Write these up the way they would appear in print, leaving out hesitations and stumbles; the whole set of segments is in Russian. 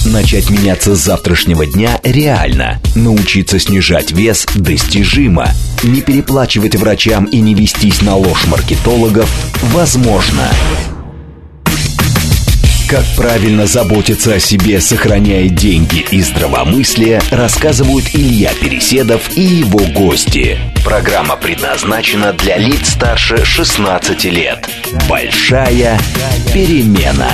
Начать меняться с завтрашнего дня реально. Научиться снижать вес достижимо. Не переплачивать врачам и не вестись на ложь маркетологов возможно. Как правильно заботиться о себе, сохраняя деньги и здравомыслие, рассказывают Илья Переседов и его гости. Программа предназначена для лиц старше 16 лет. Большая перемена.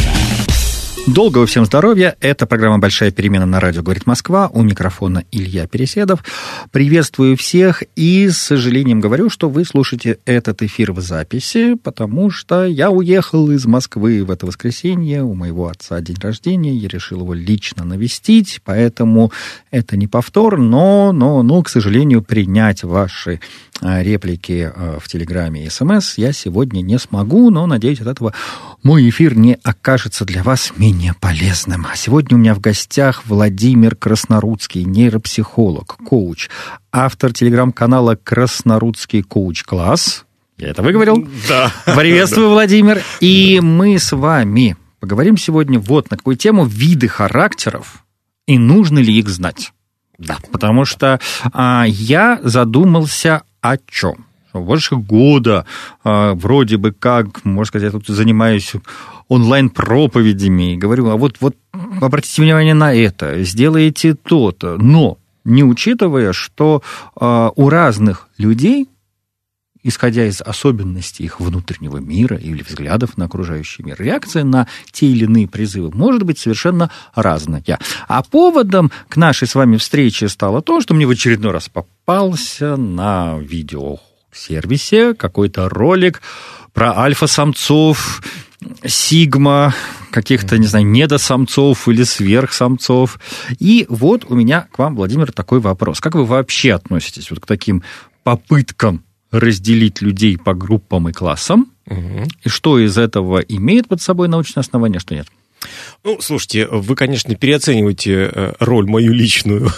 Долгого всем здоровья. Это программа «Большая перемена» на радио «Говорит Москва». У микрофона Илья Переседов. Приветствую всех и с сожалением говорю, что вы слушаете этот эфир в записи, потому что я уехал из Москвы в это воскресенье. У моего отца день рождения. Я решил его лично навестить, поэтому это не повтор, но, к сожалению, принять ваши реплики в Телеграме и СМС я сегодня не смогу, но, надеюсь, от этого мой эфир не окажется для вас менее полезным. А сегодня у меня в гостях Владимир Краснорудский, нейропсихолог, коуч, автор телеграм-канала «Краснорудский коуч-класс». Я это выговорил? Да. Приветствую, Владимир. И мы с вами поговорим сегодня вот на какую тему: виды характеров и нужно ли их знать. Да, потому что я задумался о чем? Больше года вроде бы как, можно сказать, я тут занимаюсь онлайн-проповедями и говорю, а вот обратите внимание на это, сделайте то-то, но не учитывая, что у разных людей, исходя из особенностей их внутреннего мира или взглядов на окружающий мир, реакция на те или иные призывы может быть совершенно разная. А поводом к нашей с вами встрече стало то, что мне в очередной раз попался на видеосервисе какой-то ролик про альфа-самцов, сигма, каких-то, не знаю, недосамцов или сверхсамцов. И вот у меня к вам, Владимир, такой вопрос. Как вы вообще относитесь вот к таким попыткам разделить людей по группам и классам, и что из этого имеет под собой научное основание, а что нет? Ну, слушайте, вы, конечно, переоцениваете роль мою личную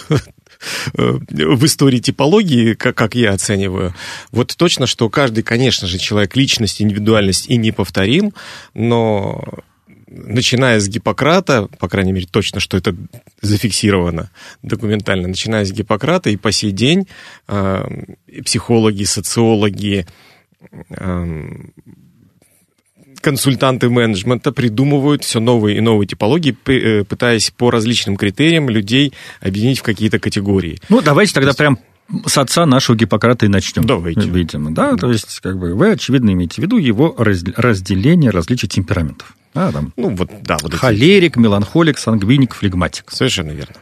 в истории типологии, как я оцениваю. Вот точно, что каждый, конечно же, человек, личность, индивидуальность и неповторим, но начиная с Гиппократа, по крайней мере, точно, что это зафиксировано документально, начиная с Гиппократа и по сей день психологи, социологи, консультанты менеджмента придумывают все новые и новые типологии, пытаясь по различным критериям людей объединить в какие-то категории. Ну, давайте тогда прям с отца нашего Гиппократа и начнем. Давайте. Видимо, да? То есть, вы, очевидно, имеете в виду его разделение различий темпераментов. Да, там. Холерик, меланхолик, сангвиник, флегматик. Совершенно верно.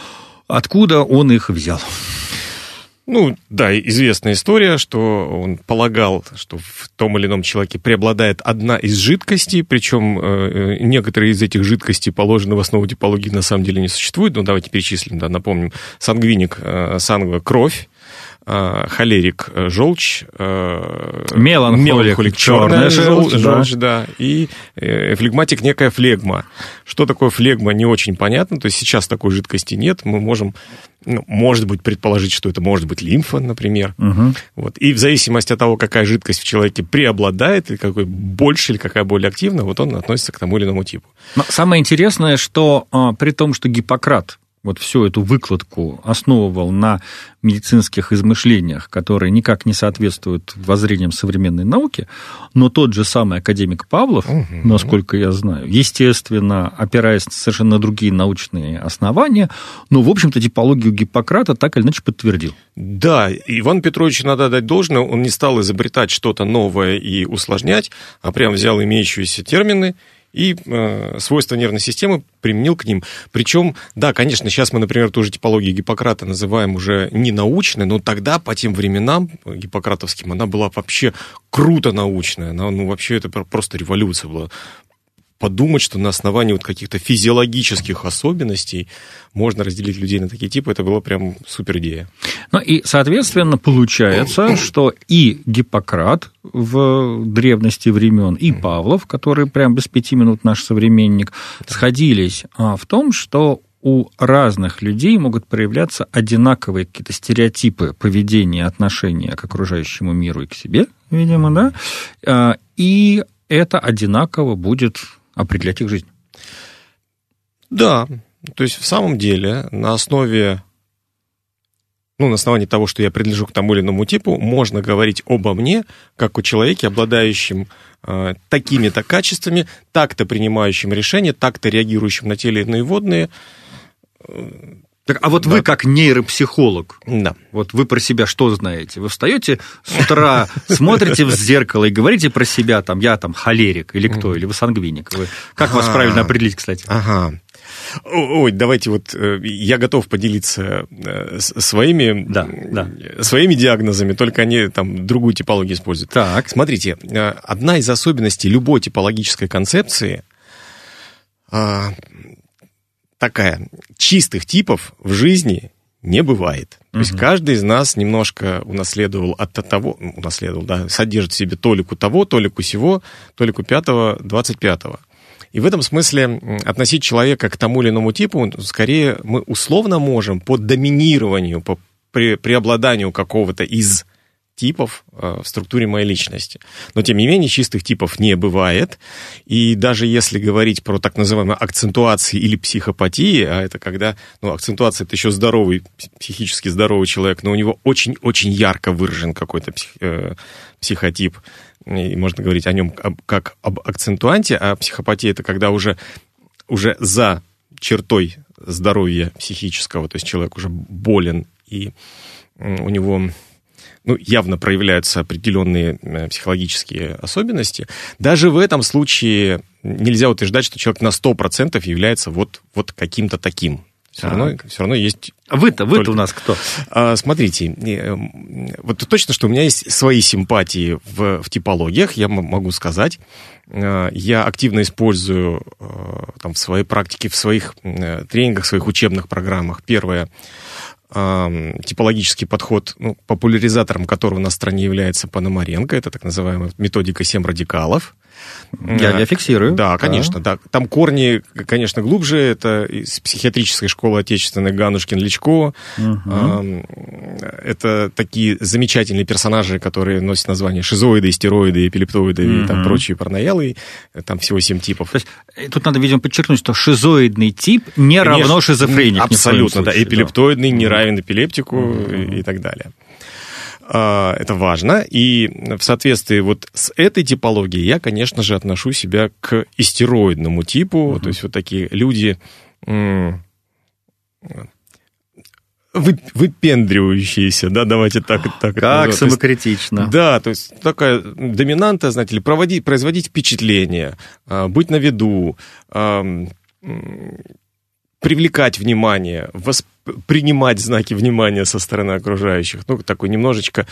Откуда он их взял? Ну, да, известная история, что он полагал, что в том или ином человеке преобладает одна из жидкостей, причем некоторые из этих жидкостей положены в основу типологии, на самом деле не существует. Ну, давайте перечислим, да, напомним. Сангвиник, сангва – кровь, холерик – желчь, меланхолик – черная желчь, да, и флегматик – некая флегма. Что такое флегма, не очень понятно, то есть сейчас такой жидкости нет, мы можем, может быть, предположить, что это может быть лимфа, например. Вот. И в зависимости от того, какая жидкость в человеке преобладает, или какой больше, или какая более активна, вот он относится к тому или иному типу. Но самое интересное, что при том, что Гиппократ вот всю эту выкладку основывал на медицинских измышлениях, которые никак не соответствуют воззрениям современной науки, но тот же самый академик Павлов, насколько я знаю, естественно, опираясь совершенно на другие научные основания, но, в общем-то, типологию Гиппократа так или иначе подтвердил. Да, Ивану Петровичу надо дать должное, он не стал изобретать что-то новое и усложнять, а прям взял имеющиеся термины и свойства нервной системы применил к ним. Причем, да, конечно, сейчас мы, например, ту же типологию Гиппократа называем уже не научной, но тогда, по тем временам гиппократовским, она была вообще круто научная. Она, вообще это просто революция была. Подумать, что на основании вот каких-то физиологических особенностей можно разделить людей на такие типы, это была прям супер идея. Ну и, соответственно, получается, что и Гиппократ в древности времен, и Павлов, который прям без 5 минут наш современник, сходились в том, что у разных людей могут проявляться одинаковые какие-то стереотипы поведения, отношения к окружающему миру и к себе, видимо, да, и это одинаково будет определять их жизнь. Да, то есть в самом деле на основании того, что я принадлежу к тому или иному типу, можно говорить обо мне, как о человеке, обладающем такими-то качествами, так-то принимающим решения, так-то реагирующим на те или иные водные. Так, а вот вы как нейропсихолог, да. Вот вы про себя что знаете? Вы встаете с утра, смотрите в зеркало и говорите про себя, я холерик или кто, или вы сангвиник. Как вас правильно определить, кстати? Ага. Ой, давайте я готов поделиться своими диагнозами, только они другую типологию используют. Так. Смотрите, одна из особенностей любой типологической концепции такая: чистых типов в жизни не бывает. То есть каждый из нас немножко унаследовал от того, содержит в себе толику того, толику сего, толику 5-го, 25-го. И в этом смысле относить человека к тому или иному типу, скорее, мы условно можем по доминированию, по преобладанию какого-то из типов в структуре моей личности. Но, тем не менее, чистых типов не бывает. И даже если говорить про так называемые акцентуации или психопатии, а это когда, акцентуация — это еще здоровый, психически здоровый человек, но у него очень-очень ярко выражен какой-то психотип, и можно говорить о нем как об акцентуанте, а психопатия — это когда уже за чертой здоровья психического, то есть человек уже болен, и у него явно проявляются определенные психологические особенности. Даже в этом случае нельзя утверждать, что человек на 100% является вот каким-то таким. Все равно есть... Вы-то у нас кто? Смотрите, вот точно, что у меня есть свои симпатии в типологиях, я могу сказать. Я активно использую в своей практике, в своих тренингах, в своих учебных программах. Первое — типологический подход, популяризатором которого у нас в стране является Пономаренко. Это так называемая методика 7 радикалов. Я фиксирую. Да, конечно. Да. Там корни, конечно, глубже. Это из психиатрической школы отечественной Ганушкин-Личко. Это такие замечательные персонажи, которые носят название шизоиды, истероиды, эпилептоиды и прочие параноялы. Там всего 7 типов. То есть, тут надо, видимо, подчеркнуть, что шизоидный тип не равно шизофреник. Абсолютно, да. Эпилептоидный не равен эпилептику и так далее. Это важно, и в соответствии с этой типологией я, конечно же, отношу себя к истероидному типу, то есть такие люди, выпендривающиеся, да, давайте так. Как самокритично. Да, то есть такая доминанта, знаете ли, производить впечатление, быть на виду, привлекать внимание, принимать знаки внимания со стороны окружающих. Такой немножечко...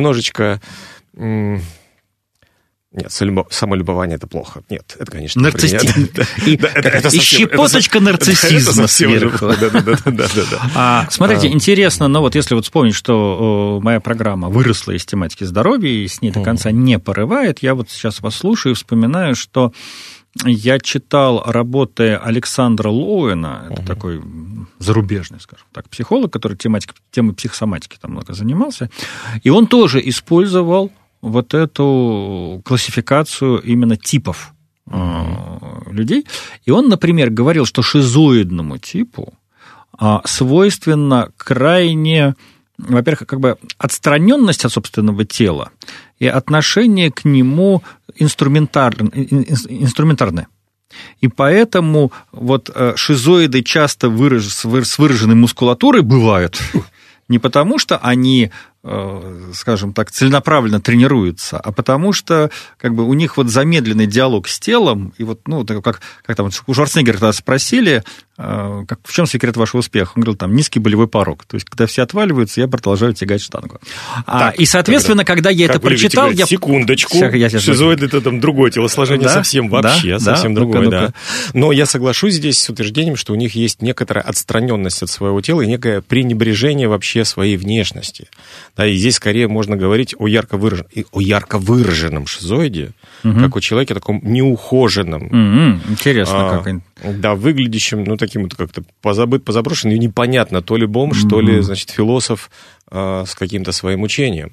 Нет, самолюбование — это плохо. Нет, это, конечно... Нарциссизм. И щепоточка нарциссизма сверху. Смотрите, интересно, если вспомнить, что моя программа выросла из тематики здоровья и с ней до конца не порывает, я сейчас вас слушаю и вспоминаю, что я читал работы Александра Лоуэна, это такой зарубежный, скажем так, психолог, который темой психосоматики много занимался, и он тоже использовал эту классификацию именно типов людей. И он, например, говорил, что шизоидному типу свойственно крайне, во-первых, отстраненность от собственного тела и отношение к нему инструментарное. И поэтому шизоиды часто с выраженной мускулатурой бывают не потому, что они, скажем так, целенаправленно тренируются, а потому что у них замедленный диалог с телом, и как там у Шварценеггера тогда спросили, в чем секрет вашего успеха? Он говорил, низкий болевой порог. То есть, когда все отваливаются, я продолжаю тягать штангу. И, соответственно, когда я это прочитал... Секундочку, шизоиды — это другое телосложение, совсем другое, да. Но я соглашусь здесь с утверждением, что у них есть некоторая отстраненность от своего тела и некое пренебрежение вообще своей внешности. Да, и здесь скорее можно говорить о ярко выраженном шизоиде, как о человеке таком неухоженном. Интересно, как... Да, выглядящим, таким как-то позаброшенным, и непонятно, то ли бомж, что ли, философ с каким-то своим учением.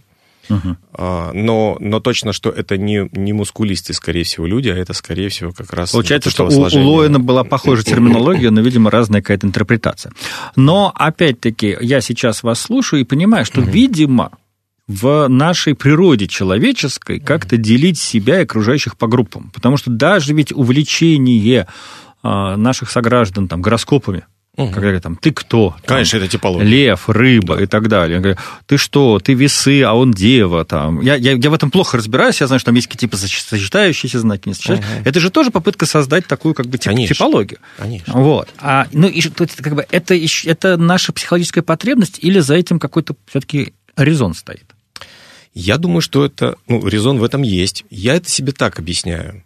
Но точно, что это не мускулистые, скорее всего, люди, а это, скорее всего, как раз... Получается, что у Лоэна была похожая терминология, но, видимо, разная какая-то интерпретация. Но, опять-таки, я сейчас вас слушаю и понимаю, что, видимо, в нашей природе человеческой как-то делить себя и окружающих по группам. Потому что даже ведь увлечение наших сограждан там, гороскопами, как говорят, там, ты кто? Конечно, там, это типология. Лев, рыба и так далее. Я говорю, ты что, ты весы, а он дева. Там. Я в этом плохо разбираюсь, я знаю, что там есть типа сочетающиеся знаки, не сочетающиеся. Это же тоже попытка создать такую как бы типологию. Конечно. Вот. Ну, и как бы, это наша психологическая потребность или за этим какой-то все-таки резон стоит? Я думаю, что это, резон в этом есть. Я это себе так объясняю.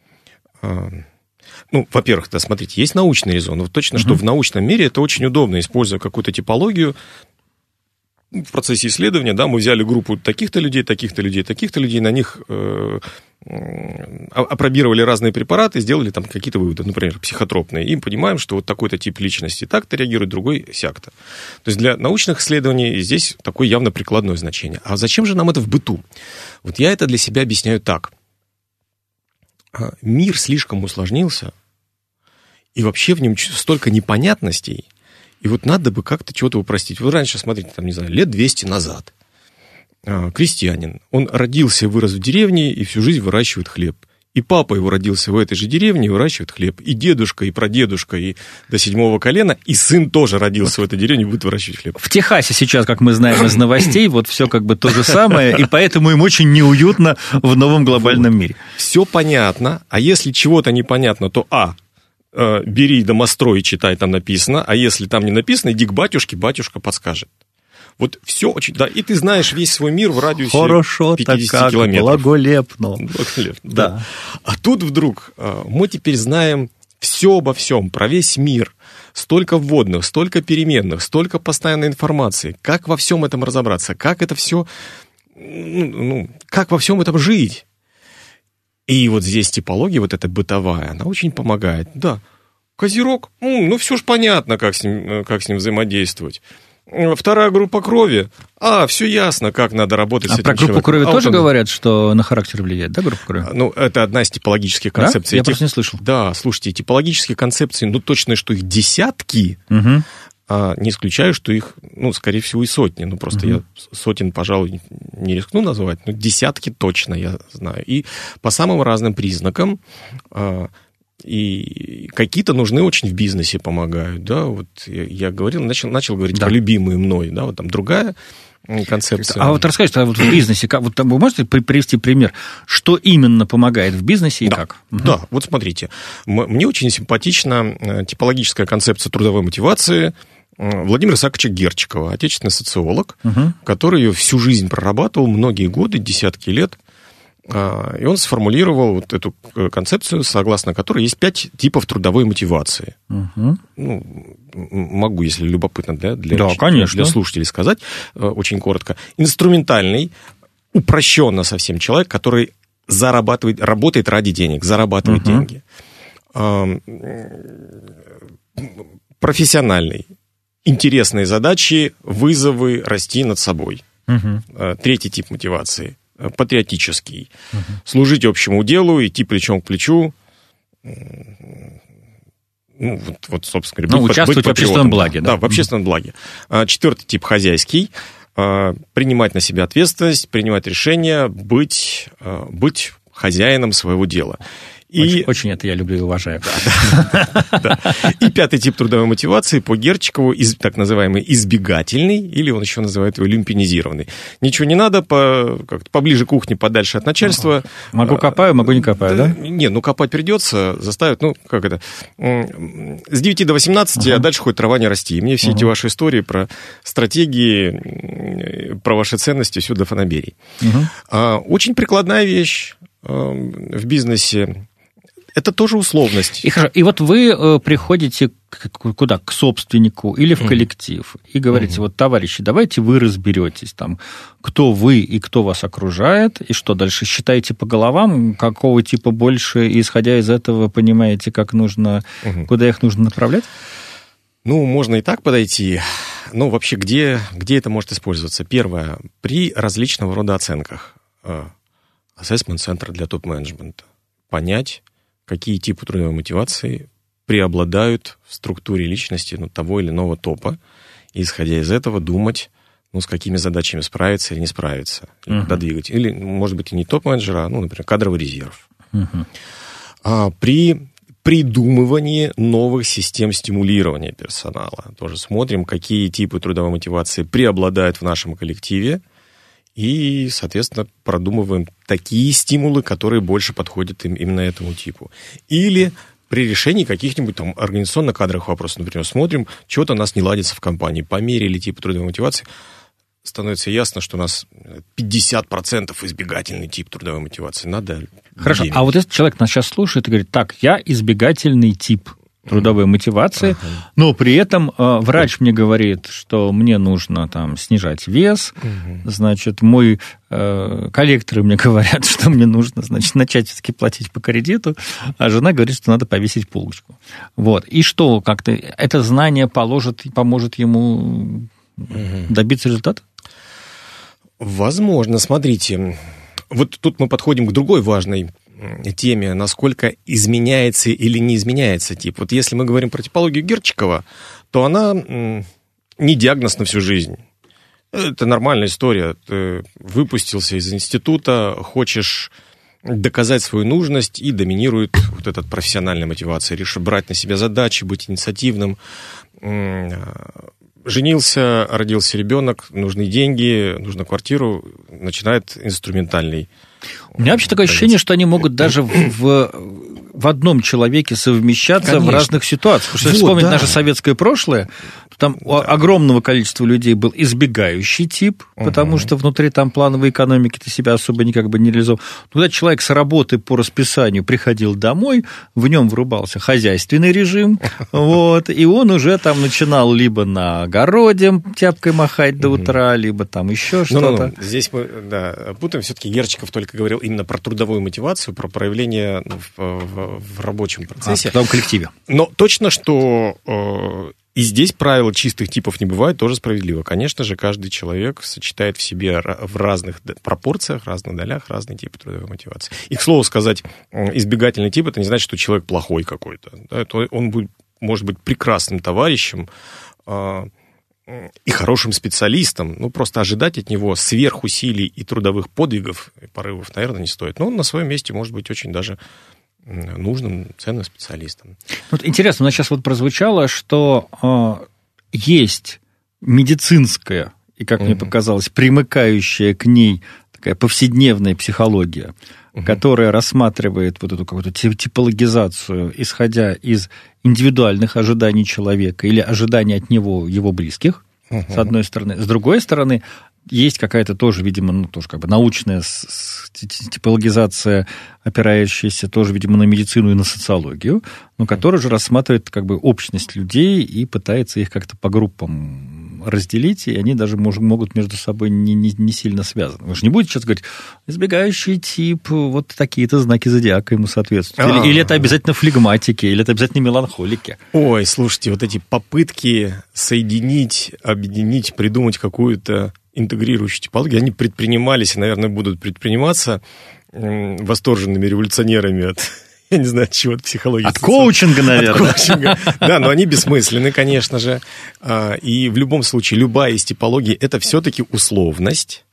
Во-первых, да, смотрите, есть научный резон. Вот точно, что в научном мире это очень удобно, используя какую-то типологию. В процессе исследования, да, мы взяли группу таких-то людей, таких-то людей, таких-то людей, на них опробировали разные препараты, сделали там какие-то выводы, например, психотропные. И понимаем, что вот такой-то тип личности так-то реагирует, другой сяк-то. То есть для научных исследований здесь такое явно прикладное значение. А зачем же нам это в быту? Вот я это для себя объясняю так. Мир слишком усложнился, и вообще в нем столько непонятностей, и вот надо бы как-то чего-то упростить. Вот раньше, смотрите, там, не знаю, лет 200 назад крестьянин, он родился и вырос в деревне, и всю жизнь выращивает хлеб. И папа его родился в этой же деревне и выращивает хлеб. И дедушка, и прадедушка, и до 7-го колена, и сын тоже родился в этой деревне и будет выращивать хлеб. В Техасе сейчас, как мы знаем из новостей, вот все как бы то же самое, и поэтому им очень неуютно в новом глобальном мире. Все понятно, а если чего-то непонятно, то бери домострой и читай, там написано, а если там не написано, иди к батюшке, батюшка подскажет. Вот все очень... Да, и ты знаешь весь свой мир в радиусе 50 километров. Благолепно. Да. А тут вдруг мы теперь знаем все обо всем, про весь мир. Столько вводных, столько переменных, столько постоянной информации. Как во всем этом разобраться? Как это все... как во всем этом жить? И вот здесь типология, вот эта бытовая, она очень помогает. Да, Козерог, все ж понятно, как с ним взаимодействовать. Вторая группа крови, все ясно, как надо работать с этим человеком. А про группу крови тоже говорят, что на характер влияет, да, группа крови? Это одна из типологических концепций. Да? Я просто не слышал. Да, слушайте, типологические концепции, точно, что их десятки, не исключаю, что их, скорее всего, и сотни. Просто я сотен, пожалуй, не рискну назвать, но десятки точно я знаю. И по самым разным признакам, и какие-то нужны очень в бизнесе, помогают. Да? Вот я говорил, начал говорить про любимые мной. Да? Вот там другая концепция. А вот расскажите, в бизнесе, вы можете привести пример, что именно помогает в бизнесе и как? Да, вот смотрите. Мне очень симпатична типологическая концепция трудовой мотивации Владимира Исааковича Герчикова, отечественный социолог, который ее всю жизнь прорабатывал, многие годы, десятки лет. И он сформулировал вот эту концепцию, согласно которой есть 5 типов трудовой мотивации. Могу, если любопытно, для слушателей сказать, очень коротко. Инструментальный, упрощенно совсем человек, который работает ради денег, зарабатывает деньги. Профессиональный, интересные задачи, вызовы, расти над собой. Третий тип мотивации. Патриотический. Служить общему делу, идти плечом к плечу. Собственно говоря, участвовать в общественном благе. Да, в общественном благе. Четвертый тип хозяйский. Принимать на себя ответственность, принимать решения, быть хозяином своего дела. Очень это я люблю и уважаю. Да. И пятый тип трудовой мотивации по Герчикову, так называемый избегательный, или он еще называет его люмпинизированный. Ничего не надо, поближе к кухне, подальше от начальства. Могу копаю, могу не копаю, да? Не, копать придется, заставят, с 9 до 18, а дальше хоть трава не расти. И мне все эти ваши истории про стратегии, про ваши ценности, все до фанаберий. Очень прикладная вещь в бизнесе. Это тоже условность. И вот вы приходите куда? К собственнику или в коллектив и говорите, товарищи, давайте вы разберетесь, кто вы и кто вас окружает, и что дальше, считаете по головам, какого типа больше, и исходя из этого понимаете, как нужно, куда их нужно направлять? Можно и так подойти. Ну, вообще, где это может использоваться? Первое, при различного рода оценках. Ассессмент-центр для топ-менеджмента. Понять, какие типы трудовой мотивации преобладают в структуре личности того или иного топа. И, исходя из этого, думать, с какими задачами справиться или не справиться. Или куда двигать. Или, может быть, и не топ-менеджера, например, кадровый резерв. При придумывании новых систем стимулирования персонала. Тоже смотрим, какие типы трудовой мотивации преобладают в нашем коллективе. И, соответственно, продумываем такие стимулы, которые больше подходят именно этому типу. Или при решении каких-нибудь организационно-кадровых вопросов, например, смотрим, что-то у нас не ладится в компании, померили типы трудовой мотивации, становится ясно, что у нас 50% избегательный тип трудовой мотивации. Надо... Хорошо, а вот если человек нас сейчас слушает и говорит, так, я избегательный тип трудовой мотивации, но при этом врач мне говорит, что мне нужно снижать вес, значит, мои коллекторы мне говорят, что мне нужно, значит, начать все-таки платить по кредиту, а жена говорит, что надо повесить полочку. Вот. И что, как-то это знание поможет ему добиться результата? Возможно, смотрите. Вот тут мы подходим к другой важной теме, насколько изменяется или не изменяется тип. Вот если мы говорим про типологию Герчикова, то она не диагноз на всю жизнь. Это нормальная история. Ты выпустился из института, хочешь доказать свою нужность, и доминирует вот эта профессиональная мотивация. Решил брать на себя задачи, быть инициативным. Женился, родился ребенок, нужны деньги, нужна квартиру, начинает инструментальный. У меня вообще такое ощущение, что они могут даже в одном человеке совмещаться. Конечно. В разных ситуациях. Потому что если вспомнить наше советское прошлое, там у огромного количества людей был избегающий тип, потому что внутри плановой экономики ты себя особо никак бы не реализовал. Когда человек с работы по расписанию приходил домой, в нем врубался хозяйственный режим, и он уже начинал либо на огороде тяпкой махать до утра, либо еще что-то. Здесь мы путаем. Все-таки Герчиков только говорил именно про трудовую мотивацию, про проявление в рабочем процессе. В том коллективе. Но точно, что и здесь правила чистых типов не бывает, тоже справедливо. Конечно же, каждый человек сочетает в себе в разных пропорциях, разных долях разные типы трудовой мотивации. И, к слову сказать, избегательный тип, это не значит, что человек плохой какой-то. Да? Он может быть прекрасным товарищем и хорошим специалистом. Просто ожидать от него сверхусилий и трудовых подвигов, и порывов, наверное, не стоит. Но он на своем месте может быть очень даже нужным, ценным специалистом. Интересно, у нас сейчас прозвучало, что есть медицинская и, как мне показалось, примыкающая к ней такая повседневная психология, которая рассматривает вот эту какую-то типологизацию, исходя из индивидуальных ожиданий человека или ожиданий от него его близких, с одной стороны. С другой стороны, есть какая-то тоже, видимо, тоже научная типологизация, опирающаяся тоже, видимо, на медицину и на социологию, но которая же рассматривает общность людей и пытается их как-то по группам разделить, и они даже могут между собой не сильно связаны. Вы же не будете сейчас говорить, избегающий тип, вот такие-то знаки зодиака ему соответствуют. Или это обязательно флегматики, или это обязательно меланхолики. Ой, слушайте, вот эти попытки соединить, объединить, придумать какую-то интегрирующую типологию, они предпринимались и, наверное, будут предприниматься восторженными революционерами от, я не знаю, от чего, от психологии. От коучинга, наверное. От коучинга. Да, но они бессмысленны, конечно же. И в любом случае, любая из типологий – это все-таки условность.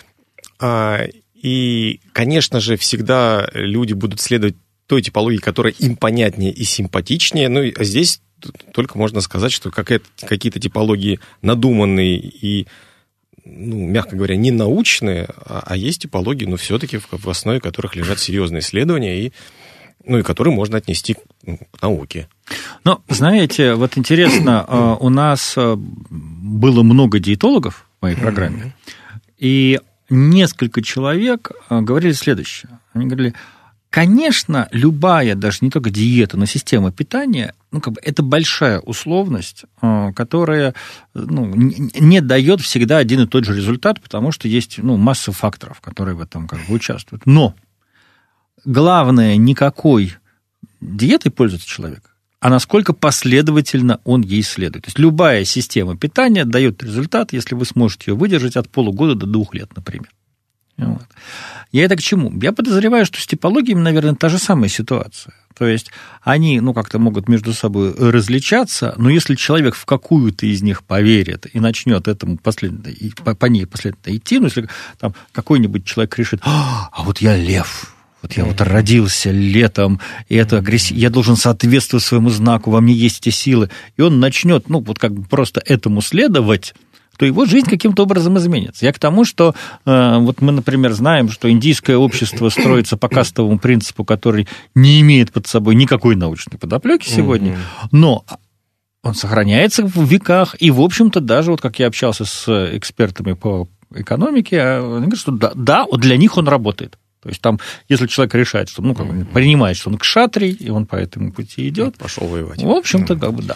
И, конечно же, всегда люди будут следовать той типологии, которая им понятнее и симпатичнее. Ну, а здесь только можно сказать, что какие-то типологии надуманные и, мягко говоря, не научные, а есть типологии, но все-таки в основе которых лежат серьезные исследования, и которые можно отнести к науке. Знаете, вот интересно, у нас было много диетологов в моей программе, и несколько человек говорили следующее. Они говорили, конечно, любая, даже не только диета, но система питания, это большая условность, которая не дает всегда один и тот же результат, потому что есть масса факторов, которые в этом участвуют. Но главное, никакой диетой пользуется человек, а насколько последовательно он ей следует. То есть любая система питания дает результат, если вы сможете ее выдержать от полугода до 2 лет, например. Вот. Я это к чему? Я подозреваю, что с типологиями, наверное, та же самая ситуация. То есть они, как-то могут между собой различаться, но если человек в какую-то из них поверит и начнет этому по ней последовательно идти, если там какой-нибудь человек решит, а вот я лев, вот я вот родился летом, и это я должен соответствовать своему знаку, во мне есть эти силы, и он начнет, просто этому следовать, то его жизнь каким-то образом изменится. Я к тому, что вот мы, например, знаем, что индийское общество строится по кастовому принципу, который не имеет под собой никакой научной подоплеки сегодня, но он сохраняется в веках, и, в общем-то, даже вот как я общался с экспертами по экономике, они говорят, что да, вот для них он работает. То есть там, если человек решает, что, принимает, что он кшатрий, и он по этому пути идет, пошел воевать. В общем-то, да.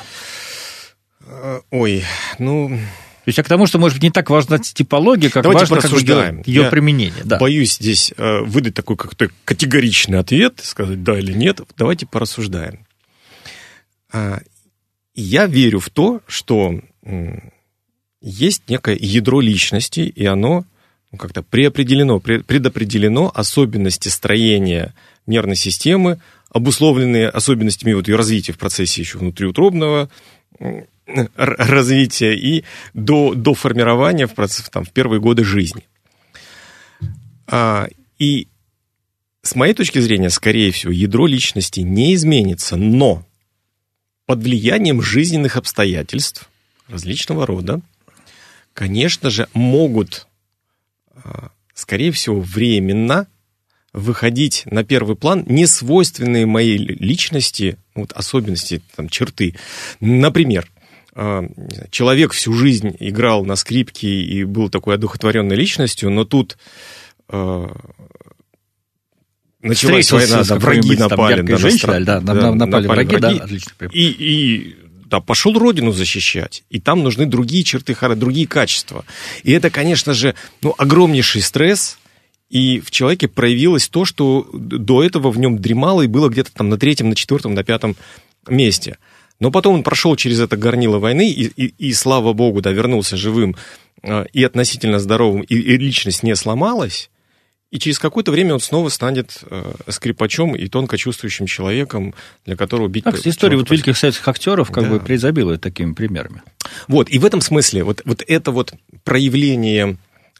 То есть я к тому, что, может быть, не так важна типология, как давайте важно ее применение. Да. Боюсь здесь выдать такой какой-то категоричный ответ, сказать да или нет. Давайте порассуждаем. Я верю в то, что есть некое ядро личности, и оно как-то предопределено особенности строения нервной системы, обусловленные особенностями ее развития в процессе еще внутриутробного развития и до формирования в первые годы жизни. И с моей точки зрения, скорее всего, ядро личности не изменится, но под влиянием жизненных обстоятельств различного рода, конечно же, могут, скорее всего, временно выходить на первый план несвойственные моей личности особенности, черты. Например, человек всю жизнь играл на скрипке и был такой одухотворенной личностью, но тут началась война, враги напали напали враги, отлично. И пошел родину защищать, и там нужны другие черты, другие качества. И это, конечно же, огромнейший стресс, и в человеке проявилось то, что до этого в нем дремало и было где-то там на 3-м, на 4-м, на 5-м месте. Но потом он прошел через это горнило войны, и слава богу, вернулся живым и относительно здоровым, и личность не сломалась, и через какое-то время он снова станет скрипачом и тонко чувствующим человеком, для которого бить... история великих советских актеров преизобилует такими примерами. И в этом смысле вот это проявление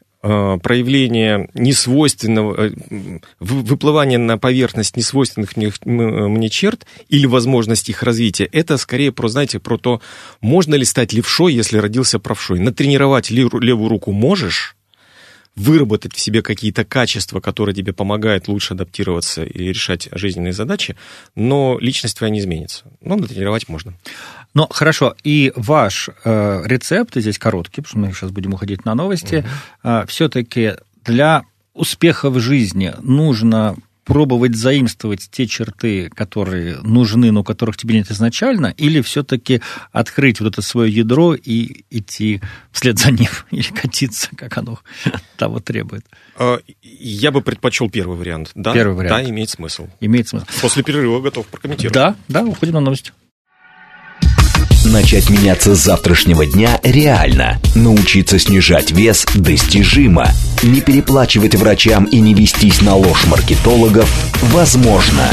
несвойственного, выплывание на поверхность несвойственных мне черт или возможность их развития, это скорее про то, можно ли стать левшой, если родился правшой. Натренировать левую руку можешь, выработать в себе какие-то качества, которые тебе помогают лучше адаптироваться и решать жизненные задачи, но личность твоя не изменится. Но натренировать можно. Хорошо, и ваш рецепт, здесь короткий, потому что мы сейчас будем уходить на новости, все-таки для успеха в жизни нужно пробовать заимствовать те черты, которые нужны, но которых тебе нет изначально, или все-таки открыть вот это свое ядро и идти вслед за ним, или катиться, как оно того требует? Я бы предпочел первый вариант. Да, первый вариант. Да, имеет смысл. Имеет смысл. После перерыва готов прокомментировать. Да, уходим на новости. Начать меняться с завтрашнего дня реально. Научиться снижать вес достижимо. Не переплачивать врачам и не вестись на ложь маркетологов возможно.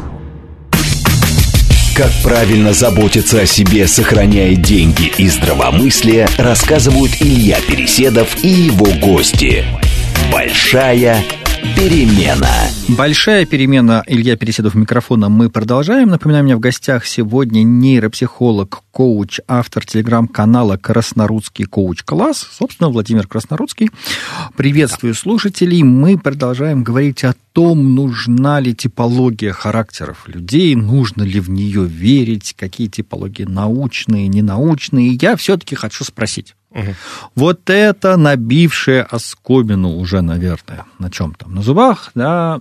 Как правильно заботиться о себе, сохраняя деньги и здравомыслие, рассказывают Илья Переседов и его гости. Большая перемена. Большая перемена. Илья Переседов, микрофона. Мы продолжаем. Напоминаю, у меня в гостях сегодня нейропсихолог, коуч, автор телеграм-канала «Краснорудский коуч-класс», собственно, Владимир Краснорудский. Приветствую слушателей. Мы продолжаем говорить о том, нужна ли типология характеров людей, нужно ли в нее верить, какие типологии научные, ненаучные. Я все-таки хочу спросить. Вот это набившее оскомину уже, наверное, на чем там, на зубах,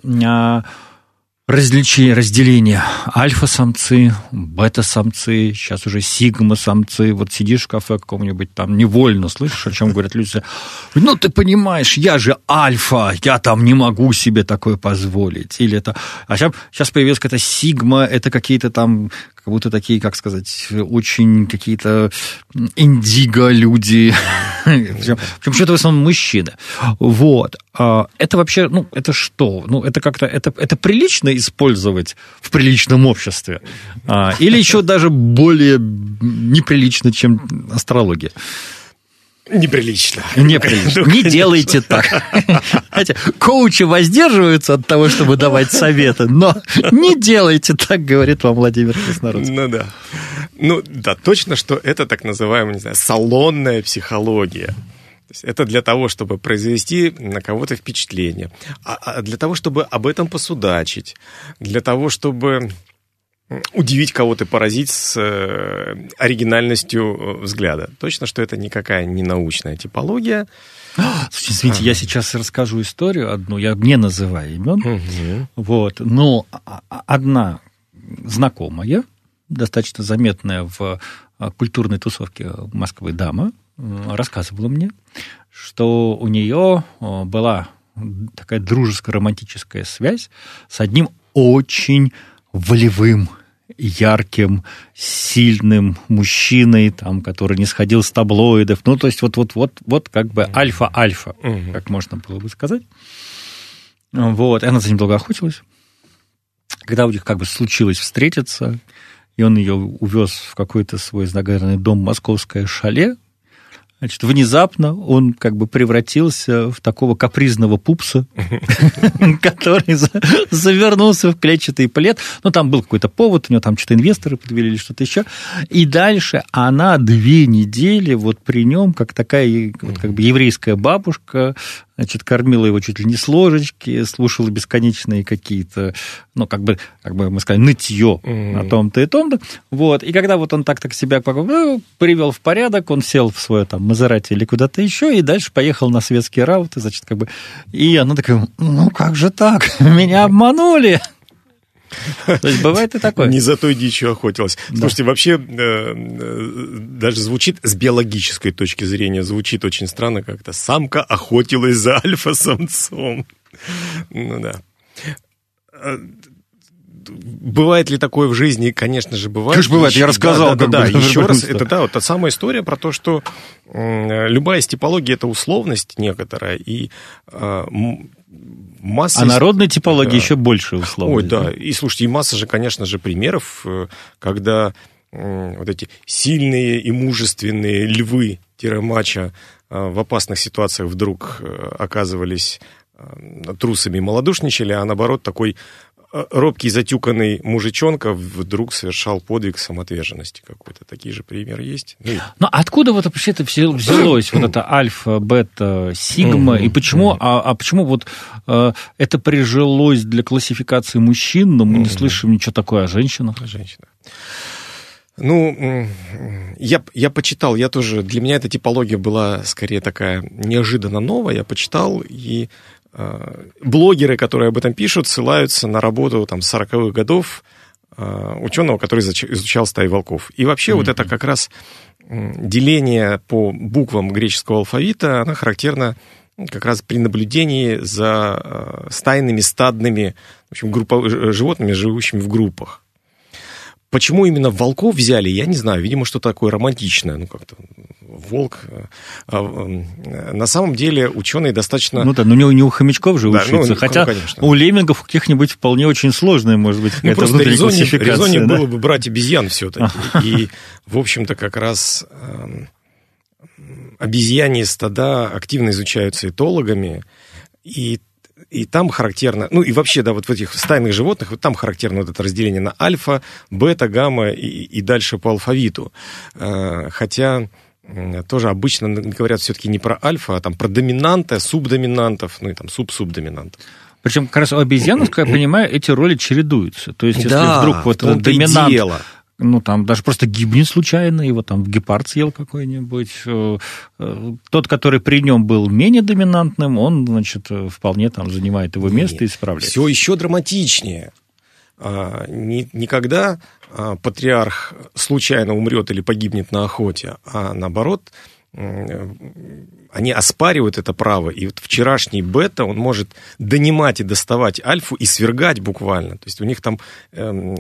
разделение альфа-самцы, бета-самцы, сейчас уже сигма-самцы. Вот сидишь в кафе каком-нибудь там, невольно слышишь, о чем говорят люди. Ты понимаешь, я же альфа, я там не могу себе такое позволить. Или это... А сейчас появилась какая-то сигма, это какие-то там как будто такие, как сказать, очень какие-то индиго-люди. Причем что-то в основном мужчины. Вот. Это вообще, это что? Это как-то, это прилично использовать в приличном обществе? Или еще даже более неприлично, чем астрология? Неприлично. Неприлично. Не делайте так. Знаете, коучи воздерживаются от того, чтобы давать советы, но не делайте так, говорит вам Владимир Краснородский. Да, точно, что это так называемая, не знаю, салонная психология. То есть это для того, чтобы произвести на кого-то впечатление, а для того, чтобы об этом посудачить, для того, чтобы удивить кого-то, поразить с оригинальностью взгляда. Точно, что это никакая не научная типология. Извините, я сейчас расскажу историю одну, я не называю имен. Вот, но одна знакомая, достаточно заметная в культурной тусовке Москвы дама, рассказывала мне, что у нее была такая дружеско-романтическая связь с одним очень волевым, ярким, сильным мужчиной, который не сходил с таблоидов. То есть вот как бы альфа-альфа, как можно было бы сказать. Вот, и она за ним долго охотилась. Когда у них как бы случилось встретиться, и он ее увез в какой-то свой загородный дом, московское шале, значит, внезапно он как бы превратился в такого капризного пупса, который завернулся в клетчатый плед. Там был какой-то повод, у него там что-то инвесторы подвели или что-то еще. И дальше она 2 недели вот при нем, как такая как бы еврейская бабушка, значит, кормила его чуть ли не с ложечки, слушала бесконечные какие-то, как бы мы сказали, нытье о том-то и том-то. Вот. И когда вот он так себя привел в порядок, он сел в свое там Мазерати или куда-то еще, и дальше поехал на светские рауты, значит, как бы... И она такая, как же так? Меня обманули! То есть бывает и такое. Не за той дичью охотилась. Да. Слушайте, вообще даже звучит с биологической точки зрения, звучит очень странно как-то. Самка охотилась за альфа-самцом. Да. Бывает ли такое в жизни? Конечно же, бывает. Конечно, бывает, я рассказал. Да, еще раз, это та самая история про то, что любая из типологий – это условность некоторая, и масса... А народной типологии еще больше условностей. Ой, да, и слушайте, и масса же, конечно же, примеров, когда вот эти сильные и мужественные львы-мачо в опасных ситуациях вдруг оказывались трусами и малодушничали, а наоборот, такой робкий, затюканный мужичонка вдруг совершал подвиг самоотверженности какой-то. Такие же примеры есть. Но откуда вот вообще это взялось, вот это альфа, бета, сигма, и почему, почему вот это прижилось для классификации мужчин, но мы не слышим ничего такое о женщинах? Женщина. Я почитал, для меня эта типология была скорее такая неожиданно новая, я почитал, и блогеры, которые об этом пишут, ссылаются на работу 40-х годов ученого, который изучал стаи волков. И вообще вот это как раз деление по буквам греческого алфавита, оно характерно как раз при наблюдении за стайными, стадными, в общем, животными, живущими в группах. Почему именно волков взяли, я не знаю. Видимо, что-то такое романтичное. Как-то волк. На самом деле ученые достаточно... но не у хомячков же учиться. Хотя конечно. У леммингов у каких-нибудь вполне очень сложная, может быть, какая-то внутренняя классификация. Резоннее было бы брать обезьян все-таки. И, в общем-то, как раз обезьяньи стада активно изучаются этологами, и там характерно, и вообще, да, вот в этих стайных животных, вот там характерно вот это разделение на альфа, бета, гамма и дальше по алфавиту. Хотя тоже обычно говорят все-таки не про альфа, а там про доминанта, субдоминантов, и там суб-субдоминантов. Причем как раз у обезьян, насколько я понимаю, эти роли чередуются. То есть, если вдруг вот доминант... там даже просто гибнет случайно, его там гепард съел какой-нибудь. Тот, который при нем был менее доминантным, он, значит, вполне там занимает его место и справляется. Все еще драматичнее. Никогда патриарх случайно умрет или погибнет на охоте, а наоборот, они оспаривают это право. И вот вчерашний бета, он может донимать и доставать альфу и свергать буквально. То есть у них там...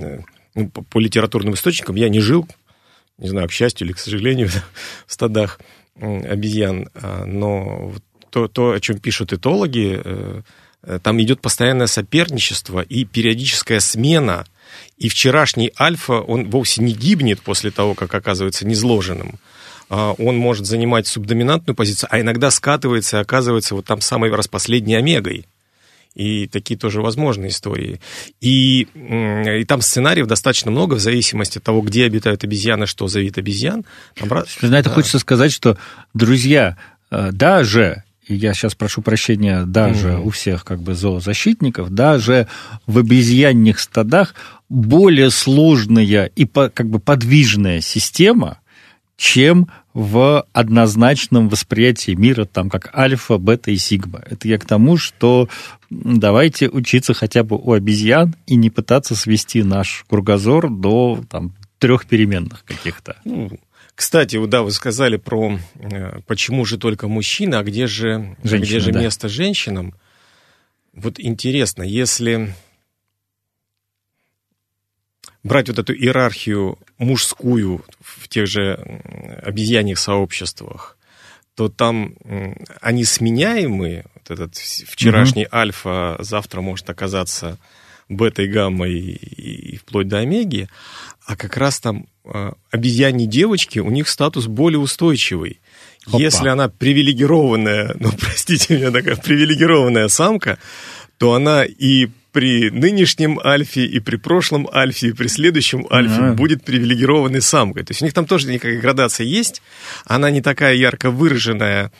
по литературным источникам, я не жил, не знаю, к счастью или к сожалению, в стадах обезьян, но то, о чем пишут этологи, там идет постоянное соперничество и периодическая смена. И вчерашний альфа, он вовсе не гибнет после того, как оказывается низложенным. Он может занимать субдоминантную позицию, а иногда скатывается и оказывается вот там самой распоследней омегой. И такие тоже возможны истории. И там сценариев достаточно много, в зависимости от того, где обитают обезьяны, что за вид обезьян. На это хочется сказать, что, друзья, даже, и я сейчас прошу прощения, даже у всех как бы зоозащитников, даже в обезьянных стадах более сложная и как бы подвижная система, чем в однозначном восприятии мира, там, как альфа, бета и сигма. Это я к тому, что давайте учиться хотя бы у обезьян и не пытаться свести наш кругозор до там, 3 переменных каких-то. Кстати, да, вы сказали про почему же только мужчина, а где же место женщинам. Вот интересно, если брать вот эту иерархию мужскую в тех же обезьяньих сообществах, то там они сменяемые. Вот этот вчерашний альфа завтра может оказаться бетой, гаммой и вплоть до омеги, а как раз там обезьяньи девочки, у них статус более устойчивый. Опа. Если она привилегированная, простите меня, такая привилегированная самка, то она и при нынешнем альфе, и при прошлом альфе, и при следующем альфе будет привилегированной самкой. То есть у них там тоже некая градация есть, она не такая ярко выраженная,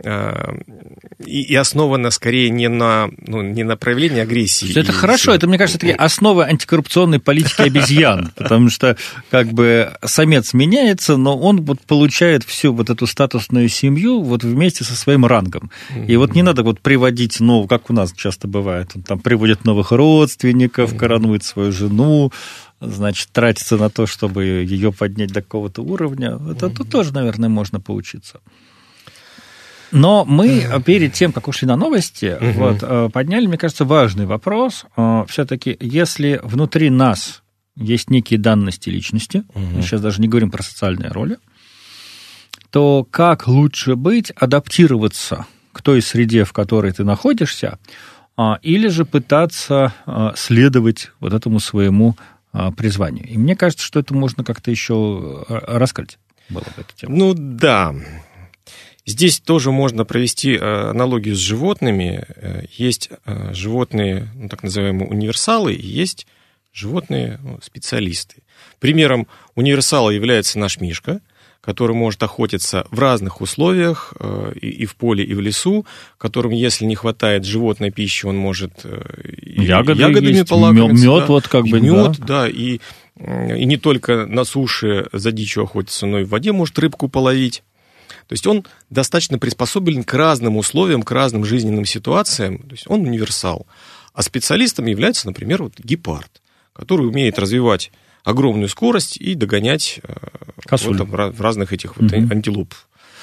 и основана скорее не на проявлении агрессии. Это хорошо, это, мне кажется, такие основы антикоррупционной политики обезьян, потому что как бы самец меняется, но он вот получает всю вот эту статусную семью вот вместе со своим рангом. И вот не надо вот приводить, как у нас часто бывает, он там приводит новых родственников, коронует свою жену, значит, тратится на то, чтобы ее поднять до какого-то уровня. Это тут тоже, наверное, можно поучиться. Но мы перед тем, как ушли на новости, подняли, мне кажется, важный вопрос. Все-таки, если внутри нас есть некие данности личности, мы сейчас даже не говорим про социальные роли, то как лучше быть, адаптироваться к той среде, в которой ты находишься, или же пытаться следовать вот этому своему призванию? И мне кажется, что это можно как-то еще раскрыть было бы эту тему. Да. Здесь тоже можно провести аналогию с животными. Есть животные, так называемые универсалы, и есть животные специалисты. Примером универсала является наш Мишка, который может охотиться в разных условиях, и в поле, и в лесу, которым, если не хватает животной пищи, он может ягодами полакомиться. Мед, вот как бы. Мед, да, и не только на суше за дичью охотиться, но и в воде может рыбку половить. То есть он достаточно приспособлен к разным условиям, к разным жизненным ситуациям. То есть он универсал. А специалистом является, например, гепард, который умеет развивать огромную скорость и догонять в разных этих антилоп.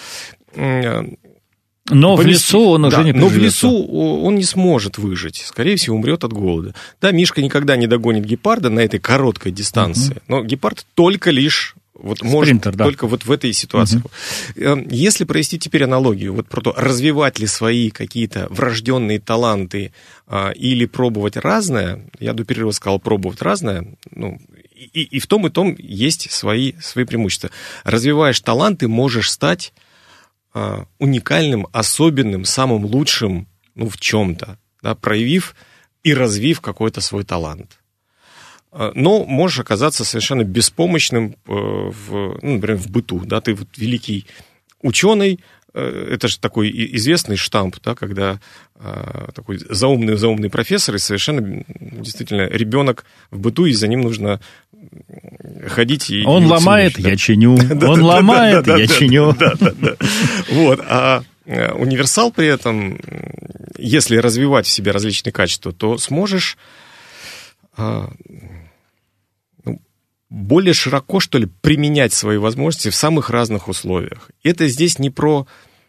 Но в лесу он уже не приживется. Но в лесу он не сможет выжить. Скорее всего, умрет от голода. Да, Мишка никогда не догонит гепарда на этой короткой дистанции. Но гепард только лишь может только вот в этой ситуации. Если провести теперь аналогию, про то, развивать ли свои какие-то врожденные таланты или пробовать разное, я до перерыва сказал пробовать разное, и в том есть свои преимущества. Развиваешь таланты, можешь стать уникальным, особенным, самым лучшим в чем-то, да, проявив и развив какой-то свой талант. Но можешь оказаться совершенно беспомощным, например, в быту. Да? Ты великий ученый, это же такой известный штамп, да, когда такой заумный профессор, и совершенно действительно ребенок в быту, и за ним нужно ходить. Он ломает, я чиню. Он ломает, я чиню. Вот. А универсал при этом, если развивать в себе различные качества, то сможешь более широко, что ли, применять свои возможности в самых разных условиях. Это здесь не про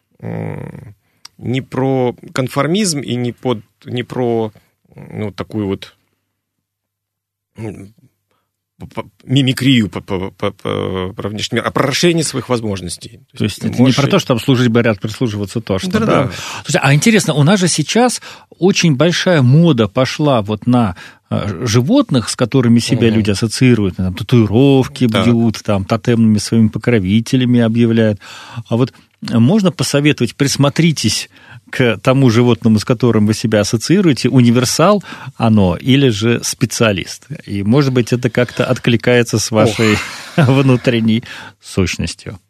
конформизм и не про такую вот мимикрию про внешний мир, а про расширение своих возможностей. То есть это не про то, что обслужить говорят, прислуживаться то, что... Да. Слушайте, а интересно, у нас же сейчас очень большая мода пошла вот на животных, с которыми себя люди ассоциируют, там, татуировки бьют, там, тотемными своими покровителями объявляют. А вот можно посоветовать, присмотритесь к тому животному, с которым вы себя ассоциируете, универсал оно или же специалист. И, может быть, это как-то откликается с вашей внутренней сущностью.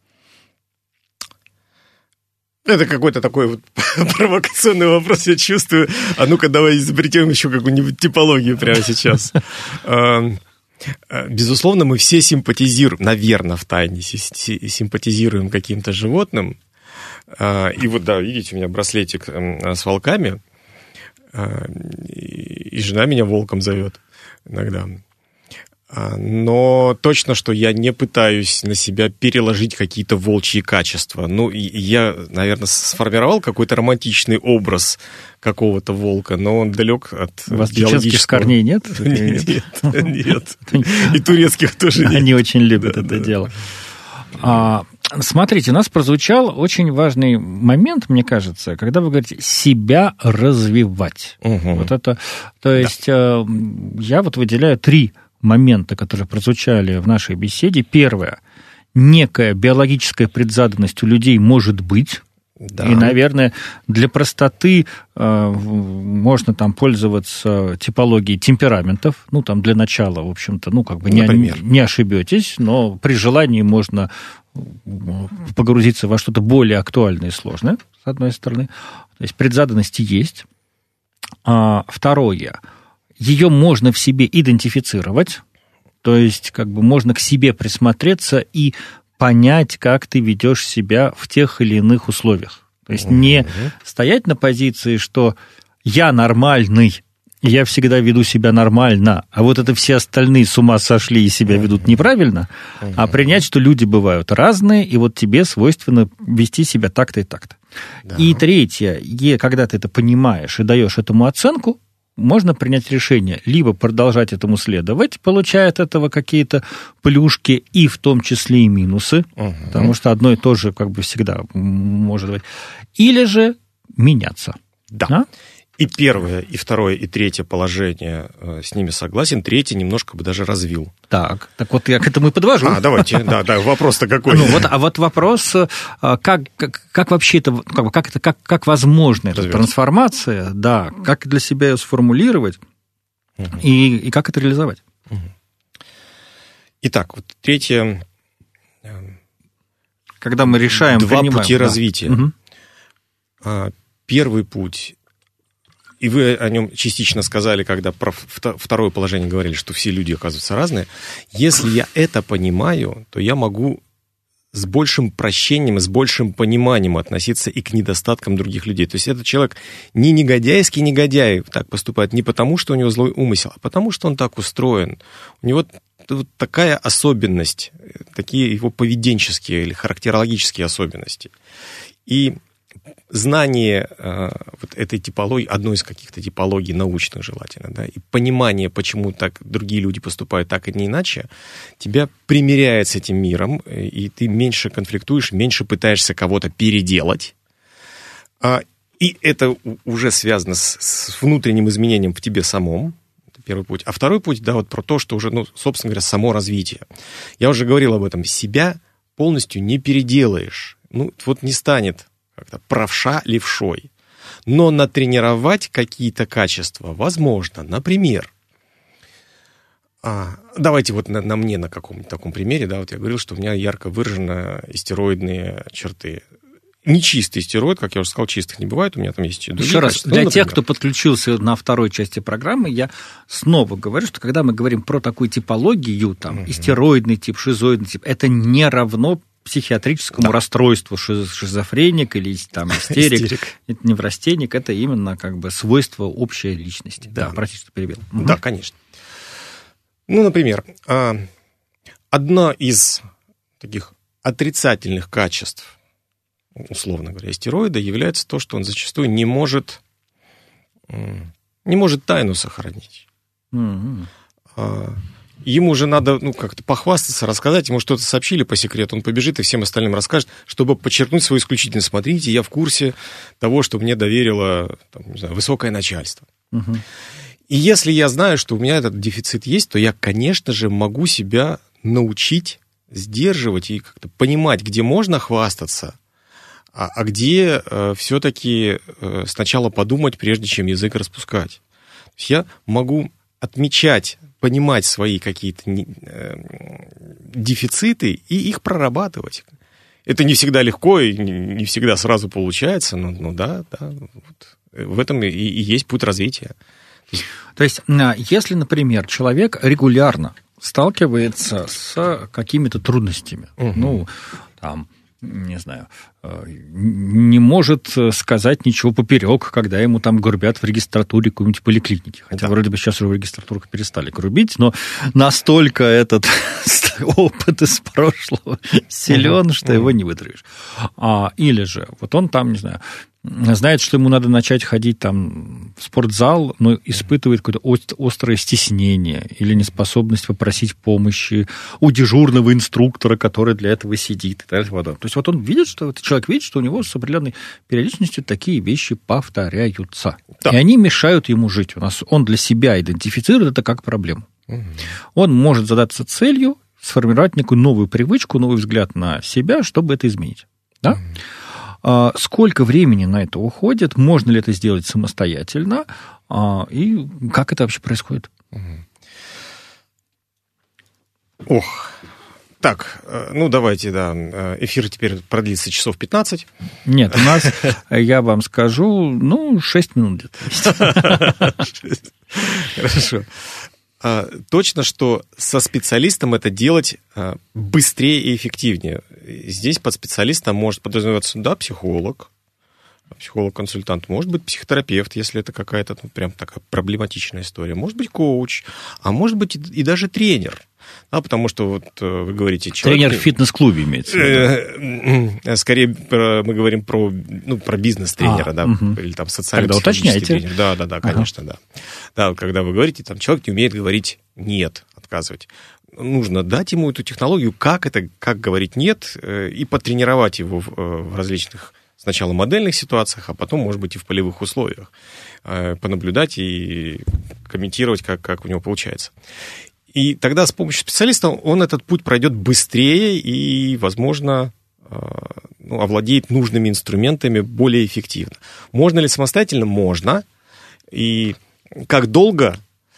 Это какой-то такой вот провокационный вопрос, я чувствую. А ну-ка, давай изобретем еще какую-нибудь типологию прямо сейчас. Безусловно, мы все симпатизируем, наверное, втайне симпатизируем каким-то животным. И вот, да, видите, у меня браслетик с волками, и жена меня волком зовет иногда. Но точно, что я не пытаюсь на себя переложить какие-то волчьи качества. Ну, я, наверное, сформировал какой-то романтичный образ какого-то волка, но он далек от у вас чеченских корней нет? Нет. И турецких тоже нет. Они очень любят это дело. Смотрите, у нас прозвучал очень важный момент, мне кажется, когда вы говорите «себя развивать». Вот это, то есть я вот выделяю 3 момента, которые прозвучали в нашей беседе. Первое. Некая биологическая предзаданность у людей может быть. Да. И, наверное, для простоты можно там пользоваться типологией темпераментов. Ну, там для начала, в общем-то, ну, как бы не ошибетесь, но при желании можно погрузиться во что-то более актуальное и сложное, с одной стороны. То есть предзаданности есть. Второе. Ее можно в себе идентифицировать. То есть, как бы можно к себе присмотреться и понять, как ты ведешь себя в тех или иных условиях. То есть не стоять на позиции, что я нормальный, я всегда веду себя нормально, а вот это все остальные с ума сошли и себя ведут неправильно, а принять, что люди бывают разные, и вот тебе свойственно вести себя так-то и так-то. Да. И третье, когда ты это понимаешь и даешь этому оценку, можно принять решение либо продолжать этому следовать, получая от этого какие-то плюшки и в том числе и минусы, потому что одно и то же как бы всегда может быть, или же меняться. Да. И первое, и второе, и третье положение с ними согласен, третье немножко бы даже развил. Так вот я к этому и подвожу. Давайте, да, вопрос-то какой? Вот вопрос, как вообще это, как возможна эта трансформация, да, как для себя ее сформулировать и как это реализовать? Итак, вот третье. Когда мы решаем, 2 пути развития. Первый путь. И вы о нем частично сказали, когда про второе положение говорили, что все люди, оказываются, разные. Если я это понимаю, то я могу с большим прощением, с большим пониманием относиться и к недостаткам других людей. То есть этот человек не негодяйский негодяй так поступает не потому, что у него злой умысел, а потому, что он так устроен. У него вот такая особенность, такие его поведенческие или характерологические особенности. И знание вот этой типологии, одной из каких-то типологий научных желательно, да, и понимание, почему так другие люди поступают так и не иначе, тебя примиряет с этим миром, и ты меньше конфликтуешь, меньше пытаешься кого-то переделать. И это уже связано с внутренним изменением в тебе самом. Это первый путь. А второй путь, да, вот про то, что уже, собственно говоря, само развитие. Я уже говорил об этом. Себя полностью не переделаешь. Вот не станет как-то правша левшой. Но натренировать какие-то качества возможно. Например, давайте вот на мне на каком-нибудь таком примере, да, вот я говорил, что у меня ярко выражены истероидные черты. Нечистый истероид, как я уже сказал, чистых не бывает, у меня там есть другие Еще раз, качества. для тех, кто подключился на второй части программы, я снова говорю, что когда мы говорим про такую типологию, там, истероидный тип, шизоидный тип, это не равно психиатрическому расстройству, шизофреник или там истерик. Это неврастенник, это именно как бы свойство общей личности. Да, простите, что перебил. Да, конечно. Например, одно из таких отрицательных качеств, условно говоря, истероида является то, что он зачастую не может тайну сохранить. ему же надо, как-то похвастаться, рассказать, ему что-то сообщили по секрету, он побежит и всем остальным расскажет, чтобы подчеркнуть свою исключительность. Смотрите, я в курсе того, что мне доверило, там, не знаю, высокое начальство. Угу. И если я знаю, что у меня этот дефицит есть, то я, конечно же, могу себя научить сдерживать и как-то понимать, где можно хвастаться, а где все-таки сначала подумать, прежде чем язык распускать. То есть я могу отмечать, понимать свои какие-то дефициты и их прорабатывать. Это не всегда легко и не всегда сразу получается, но да, вот в этом и есть путь развития. То есть, если, например, человек регулярно сталкивается с какими-то трудностями, не знаю, не может сказать ничего поперек, когда ему там грубят в регистратуре какой-нибудь поликлиники. Хотя вроде бы сейчас уже в регистратурах перестали грубить, но настолько этот опыт из прошлого силен, что его не вытравишь. Или же, вот он там, не знаю, знает, что ему надо начать ходить там в спортзал, но испытывает какое-то острое стеснение или неспособность попросить помощи у дежурного инструктора, который для этого сидит. И так далее. То есть вот он видит, что человек видит, что у него с определенной периодичностью такие вещи повторяются. Да. И они мешают ему жить. Он для себя идентифицирует это как проблему. Угу. Он может задаться целью сформировать некую новую привычку, новый взгляд на себя, чтобы это изменить. Да? Угу. Сколько времени на это уходит, можно ли это сделать самостоятельно, и как это вообще происходит? Так, давайте, эфир теперь продлится часов 15. Нет, у нас, я вам скажу, 6 минут где-то. Хорошо. Точно, что со специалистом это делать быстрее и эффективнее. Здесь под специалистом может подразумеваться, психолог-консультант, может быть психотерапевт, если это какая-то прям такая проблематичная история, может быть коуч, а может быть и даже тренер. Потому что вот вы говорите... Тренер в фитнес-клубе имеется в виду. Скорее мы говорим про бизнес-тренера, или там социально-психологический тренер. Да, конечно, да. Да, когда вы говорите, там человек не умеет говорить «нет», отказывать. Нужно дать ему эту технологию, как говорить «нет», и потренировать его в различных сначала модельных ситуациях, а потом, может быть, и в полевых условиях. Понаблюдать и комментировать, как у него получается. И тогда с помощью специалиста он этот путь пройдет быстрее и, возможно, овладеет нужными инструментами более эффективно. Можно ли самостоятельно? Можно. И как долго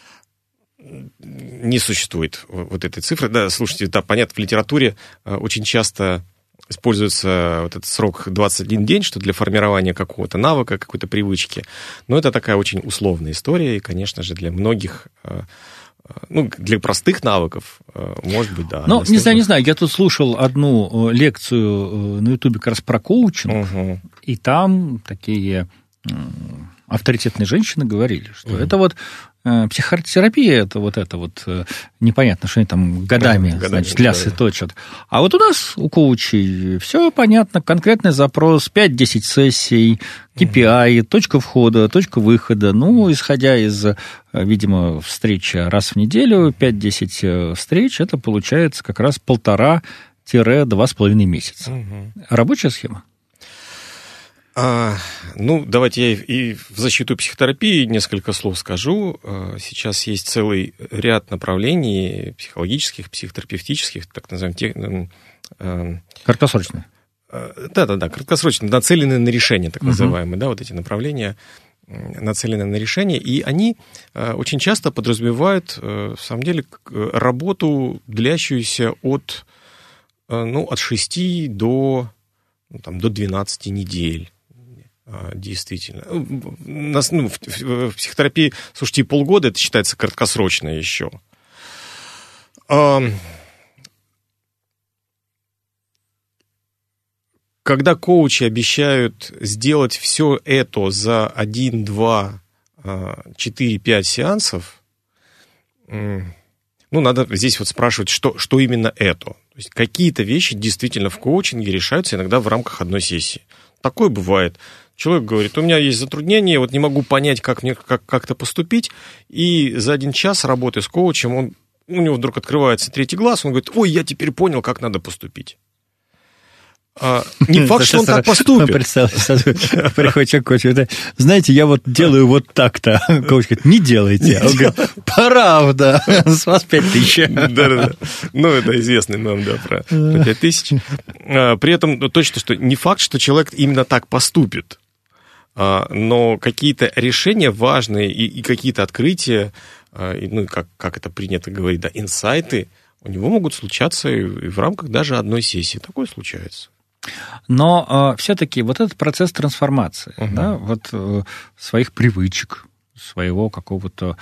не существует вот этой цифры. Да, слушайте, понятно, в литературе очень часто используется вот этот срок 21 день, что для формирования какого-то навыка, какой-то привычки. Но это такая очень условная история, и, конечно же, для многих... для простых навыков, может быть, да. Не знаю, я тут слушал одну лекцию на Ютубе как раз про коучинг, и там такие авторитетные женщины говорили, что это вот психотерапия, это непонятно, что они там годами лясы точат. А вот у нас, у коучей, все понятно, конкретный запрос, 5-10 сессий, KPI, точка входа, точка выхода. Исходя из, видимо, встречи раз в неделю, 5-10 встреч, это получается как раз 1,5-2,5 месяца. Рабочая схема? Давайте я и в защиту психотерапии несколько слов скажу. Сейчас есть целый ряд направлений психологических, психотерапевтических, так называемых... Краткосрочные. Да, краткосрочные, нацеленные на решение, так называемые, вот эти направления, нацеленные на решение, и они очень часто подразумевают, в самом деле, работу, длящуюся от 6 до 12 недель. Действительно. В психотерапии, слушайте, полгода это считается краткосрочно еще. Когда коучи обещают сделать все это за 1, 2, 4, 5 сеансов, надо здесь спрашивать, что именно это. То есть какие-то вещи действительно в коучинге решаются иногда в рамках одной сессии. Такое бывает. Человек говорит, у меня есть затруднение, не могу понять, как мне как-то поступить, и за 1 час работы с коучем он у него вдруг открывается третий глаз, он говорит, ой, я теперь понял, как надо поступить. Не факт, что он так поступит. Представьте, приходит человек, знаете, я вот делаю вот так-то. Коуч говорит, не делайте. Он говорит, правда, с вас 5000. Да. Ну, это известный нам, да, про 5000. При этом точно, что не факт, что человек именно так поступит. Но какие-то решения важные и какие-то открытия, ну, как это принято говорить, да, инсайты, у него могут случаться и в рамках даже одной сессии. Такое случается. Но все-таки вот этот процесс трансформации, да, вот своих привычек, своего какого-то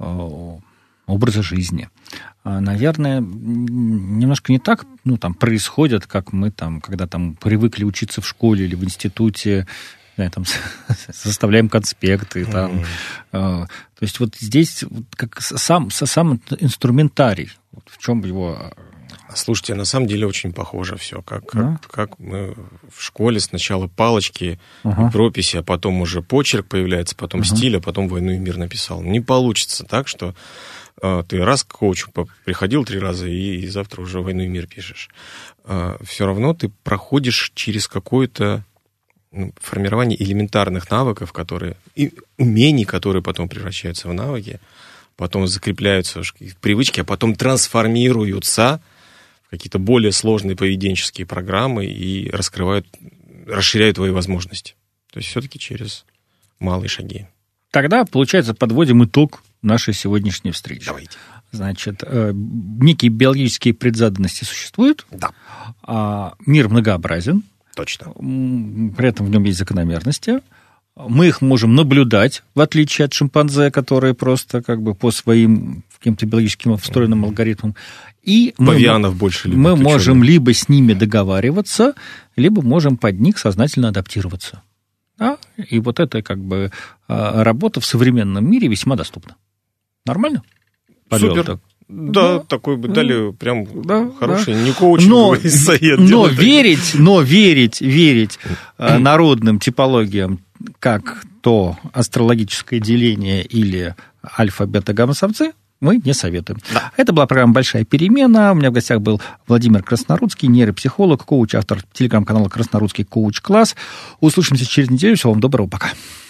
образа жизни, наверное, немножко не так, ну, там, происходит, как мы там, когда там привыкли учиться в школе или в институте, да, там, составляем конспекты, там, то есть вот здесь как сам инструментарий, вот в чем его... Слушайте, на самом деле очень похоже все. Как мы в школе сначала палочки и прописи, а потом уже почерк появляется, потом стиль, а потом «Войну и мир» написал. Не получится так, что ты раз к коучу приходил 3 раза и завтра уже «Войну и мир» пишешь. Все равно ты проходишь через какое-то формирование элементарных навыков, и умений, которые потом превращаются в навыки, потом закрепляются в привычки, а потом трансформируются какие-то более сложные поведенческие программы и расширяют твои возможности. То есть все-таки через малые шаги. Тогда, получается, подводим итог нашей сегодняшней встречи. Давайте. Значит, некие биологические предзаданности существуют. Да. Мир многообразен. Точно. При этом в нем есть закономерности. Мы их можем наблюдать, в отличие от шимпанзе, которые просто как бы по своим каким-то биологическим встроенным алгоритмам. И павианов больше любят. Мы можем либо с ними договариваться, либо можем под них сознательно адаптироваться. Да? И вот эта как бы работа в современном мире весьма доступна. Нормально? Супер. Да, такой бы дали прям хороший, не коучинговый совет. Но верить народным типологиям, как то астрологическое деление или альфа-бета-гамма-самцы, мы не советуем. Да. Это была программа «Большая перемена». У меня в гостях был Владимир Краснорудский, нейропсихолог, коуч, автор телеграм-канала «Краснорудский коуч-класс». Услышимся через неделю. Всего вам доброго. Пока.